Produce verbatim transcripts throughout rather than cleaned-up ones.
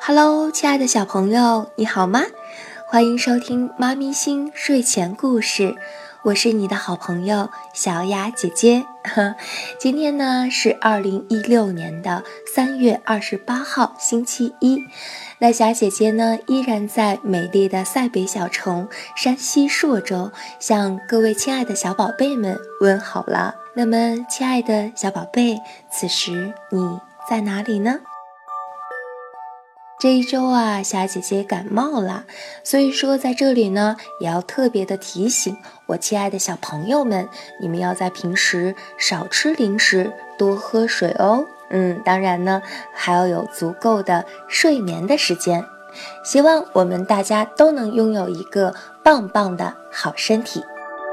Hello， 亲爱的小朋友，你好吗？欢迎收听妈咪星睡前故事，我是你的好朋友小雅姐姐。今天呢是二零一六年的三月二十八号，星期一。那小姐姐呢依然在美丽的塞北小城山西朔州，向各位亲爱的小宝贝们问好了。那么，亲爱的小宝贝，此时你在哪里呢？这一周啊，小姐姐感冒了，所以说在这里呢，也要特别的提醒我亲爱的小朋友们，你们要在平时少吃零食，多喝水哦。嗯，当然呢，还要有足够的睡眠的时间。希望我们大家都能拥有一个棒棒的好身体。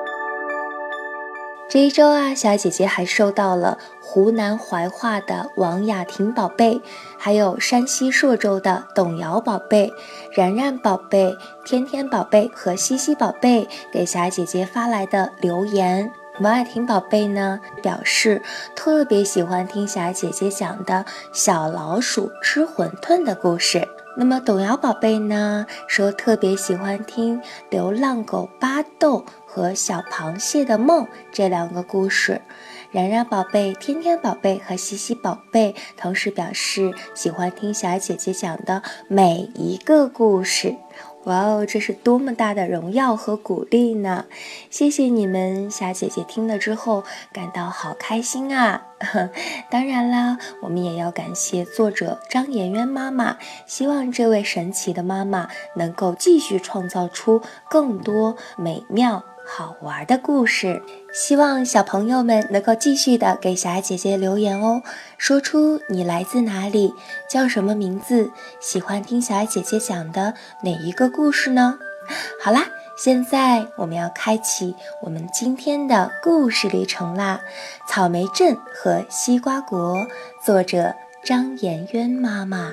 这一周啊，小姐姐还收到了湖南怀化的王雅婷宝贝，还有山西朔州的董瑶宝贝、然然宝贝、天天宝贝和西西宝贝给小姐姐发来的留言。王雅婷宝贝呢表示特别喜欢听小姐姐讲的小老鼠吃馄饨的故事。那么董瑶宝贝呢说特别喜欢听流浪狗巴豆和小螃蟹的梦这两个故事。然然宝贝、天天宝贝和西西宝贝同时表示喜欢听小姐姐讲的每一个故事。哇哦，这是多么大的荣耀和鼓励呢！谢谢你们，小姐姐听了之后感到好开心啊！当然啦，我们也要感谢作者张妍妍妈妈，希望这位神奇的妈妈能够继续创造出更多美妙好玩的故事。希望小朋友们能够继续的给小爱姐姐留言哦，说出你来自哪里，叫什么名字，喜欢听小爱姐姐讲的哪一个故事呢？好啦，现在我们要开启我们今天的故事旅程啦。草莓镇和西瓜国，作者张妍妍妈妈。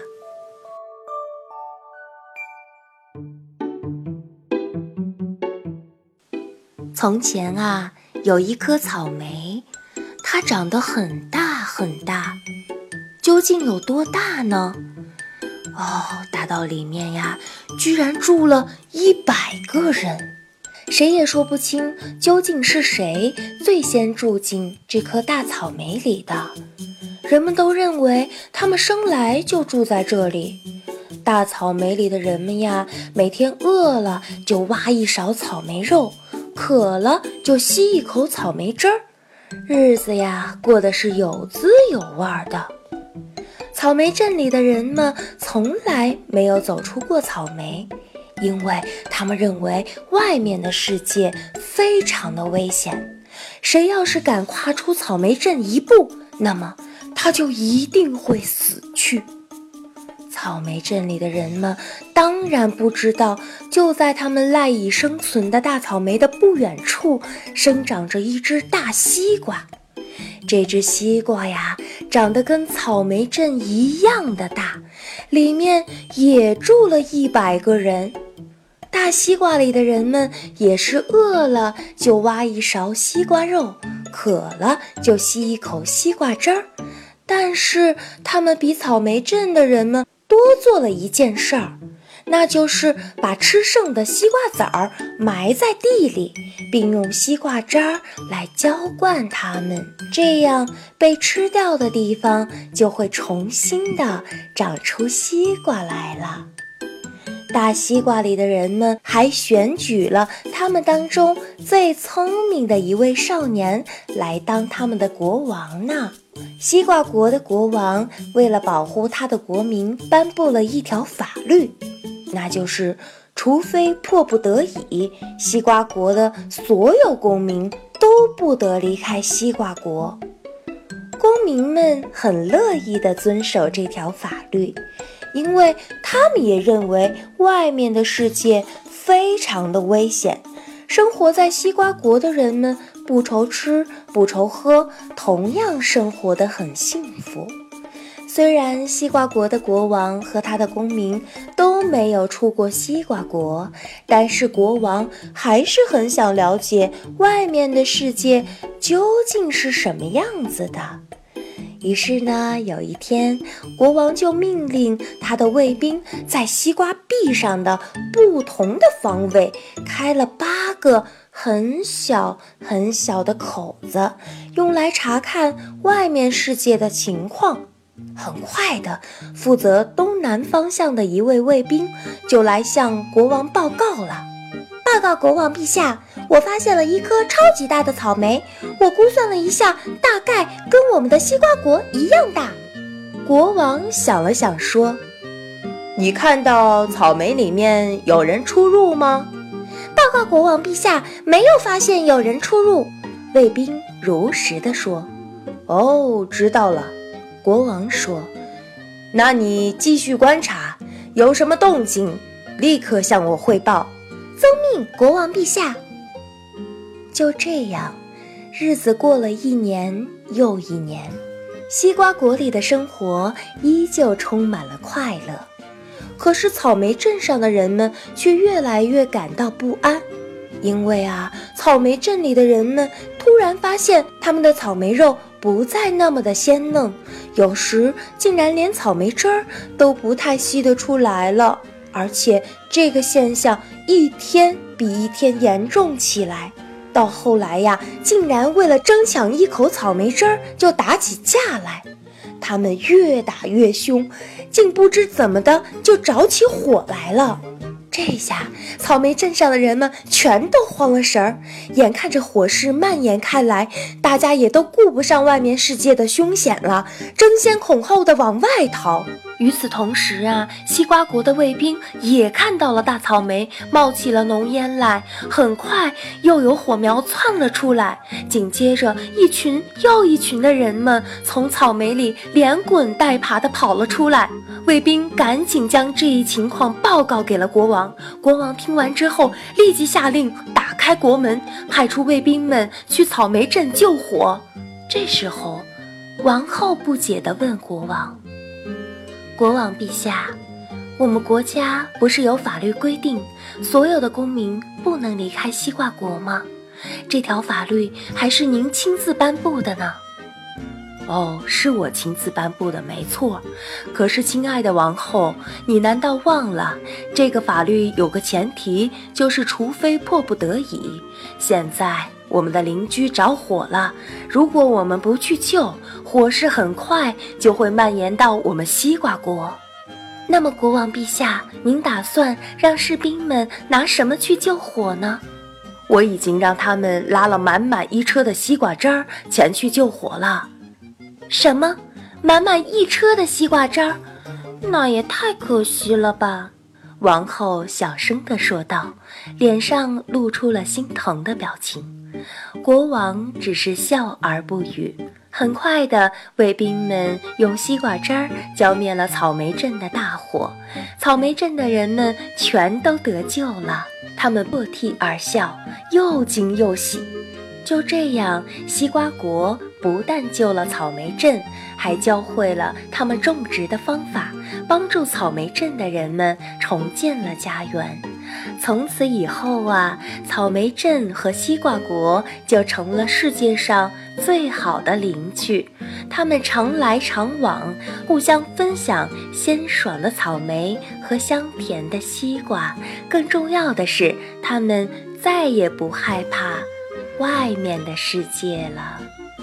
从前啊，有一棵草莓，它长得很大很大，究竟有多大呢？哦，大到里面呀，居然住了一百个人，谁也说不清究竟是谁最先住进这棵大草莓里的。人们都认为他们生来就住在这里。大草莓里的人们呀，每天饿了就挖一勺草莓肉，渴了就吸一口草莓汁儿，日子呀过得是有滋有味的。草莓镇里的人们从来没有走出过草莓，因为他们认为外面的世界非常的危险，谁要是敢跨出草莓镇一步，那么他就一定会死去。草莓镇里的人们当然不知道，就在他们赖以生存的大草莓的不远处，生长着一只大西瓜。这只西瓜呀，长得跟草莓镇一样的大，里面也住了一百个人。大西瓜里的人们也是饿了就挖一勺西瓜肉，渴了就吸一口西瓜汁儿。但是他们比草莓镇的人们多做了一件事儿，那就是把吃剩的西瓜籽儿埋在地里，并用西瓜汁儿来浇灌它们，这样被吃掉的地方就会重新的长出西瓜来了。大西瓜里的人们还选举了他们当中最聪明的一位少年来当他们的国王呢。西瓜国的国王为了保护他的国民，颁布了一条法律，那就是除非迫不得已，西瓜国的所有公民都不得离开西瓜国。公民们很乐意地遵守这条法律，因为他们也认为外面的世界非常的危险，生活在西瓜国的人们不愁吃不愁喝，同样生活得很幸福。虽然西瓜国的国王和他的公民都没有出过西瓜国，但是国王还是很想了解外面的世界究竟是什么样子的。 于是呢，有一天，国王就命令他的卫兵在西瓜壁上的不同的方位开了八个很小很小的口子，用来查看外面世界的情况。很快的，负责东南方向的一位卫兵就来向国王报告了。报告国王陛下，我发现了一颗超级大的草莓，我估算了一下，大概跟我们的西瓜国一样大。国王想了想说，你看到草莓里面有人出入吗？报告国王陛下，没有发现有人出入。卫兵如实地说。哦，知道了。国王说，那你继续观察，有什么动静立刻向我汇报。遵命，国王陛下。就这样，日子过了一年又一年，西瓜国里的生活依旧充满了快乐。可是草莓镇上的人们却越来越感到不安，因为啊，草莓镇里的人们突然发现他们的草莓肉不再那么的鲜嫩，有时竟然连草莓汁儿都不太吸得出来了。而且这个现象一天比一天严重起来，到后来呀，竟然为了争抢一口草莓汁儿就打起架来。他们越打越凶，竟不知怎么的就着起火来了。这下草莓镇上的人们全都慌了神儿，眼看着火势蔓延开来，大家也都顾不上外面世界的凶险了，争先恐后的往外逃。与此同时啊，西瓜国的卫兵也看到了大草莓冒起了浓烟来，很快又有火苗窜了出来，紧接着一群又一群的人们从草莓里连滚带爬地跑了出来。卫兵赶紧将这一情况报告给了国王，国王听完之后立即下令打开国门，派出卫兵们去草莓镇救火。这时候，王后不解地问国王，国王陛下，我们国家不是有法律规定，所有的公民不能离开西瓜国吗？这条法律还是您亲自颁布的呢？哦，是我亲自颁布的，没错。可是，亲爱的王后，你难道忘了，这个法律有个前提，就是除非迫不得已。现在我们的邻居着火了，如果我们不去救，火势很快就会蔓延到我们西瓜国。那么国王陛下，您打算让士兵们拿什么去救火呢？我已经让他们拉了满满一车的西瓜汁儿前去救火了。什么？满满一车的西瓜汁儿？那也太可惜了吧。王后小声地说道，脸上露出了心疼的表情。国王只是笑而不语。很快的，卫兵们用西瓜汁儿浇灭了草莓镇的大火，草莓镇的人们全都得救了。他们破涕而笑，又惊又喜。就这样，西瓜国不但救了草莓镇，还教会了他们种植的方法，帮助草莓镇的人们重建了家园。从此以后啊，草莓镇和西瓜国就成了世界上最好的邻居，他们常来常往，互相分享鲜爽的草莓和香甜的西瓜。更重要的是，他们再也不害怕外面的世界了。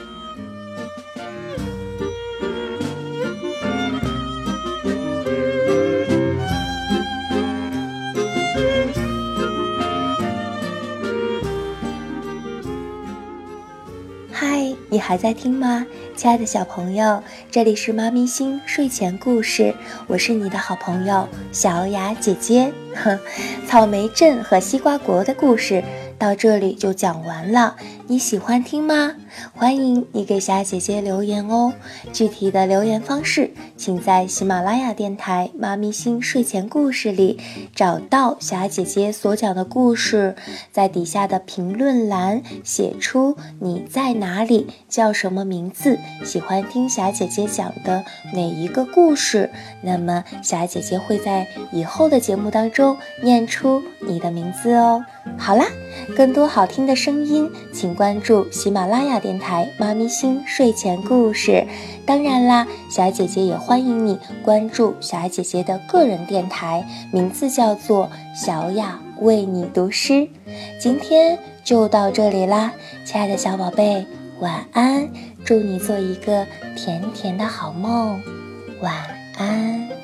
嗨，你还在听吗？亲爱的小朋友，这里是妈咪星睡前故事，我是你的好朋友小雅姐姐。草莓镇和西瓜国的故事到这里就讲完了，你喜欢听吗？欢迎你给小雅姐姐留言哦，具体的留言方式请在喜马拉雅电台妈咪星睡前故事里找到小雅姐姐所讲的故事，在底下的评论栏写出你在哪里，叫什么名字，喜欢听小雅姐姐讲的哪一个故事，那么小雅姐姐会在以后的节目当中念出你的名字哦。好啦，更多好听的声音请关注喜马拉雅电台妈咪星睡前故事。当然啦，小雅姐姐也欢迎你关注小雅姐姐的个人电台，名字叫做小雅为你读诗。今天就到这里啦，亲爱的小宝贝，晚安，祝你做一个甜甜的好梦，晚安。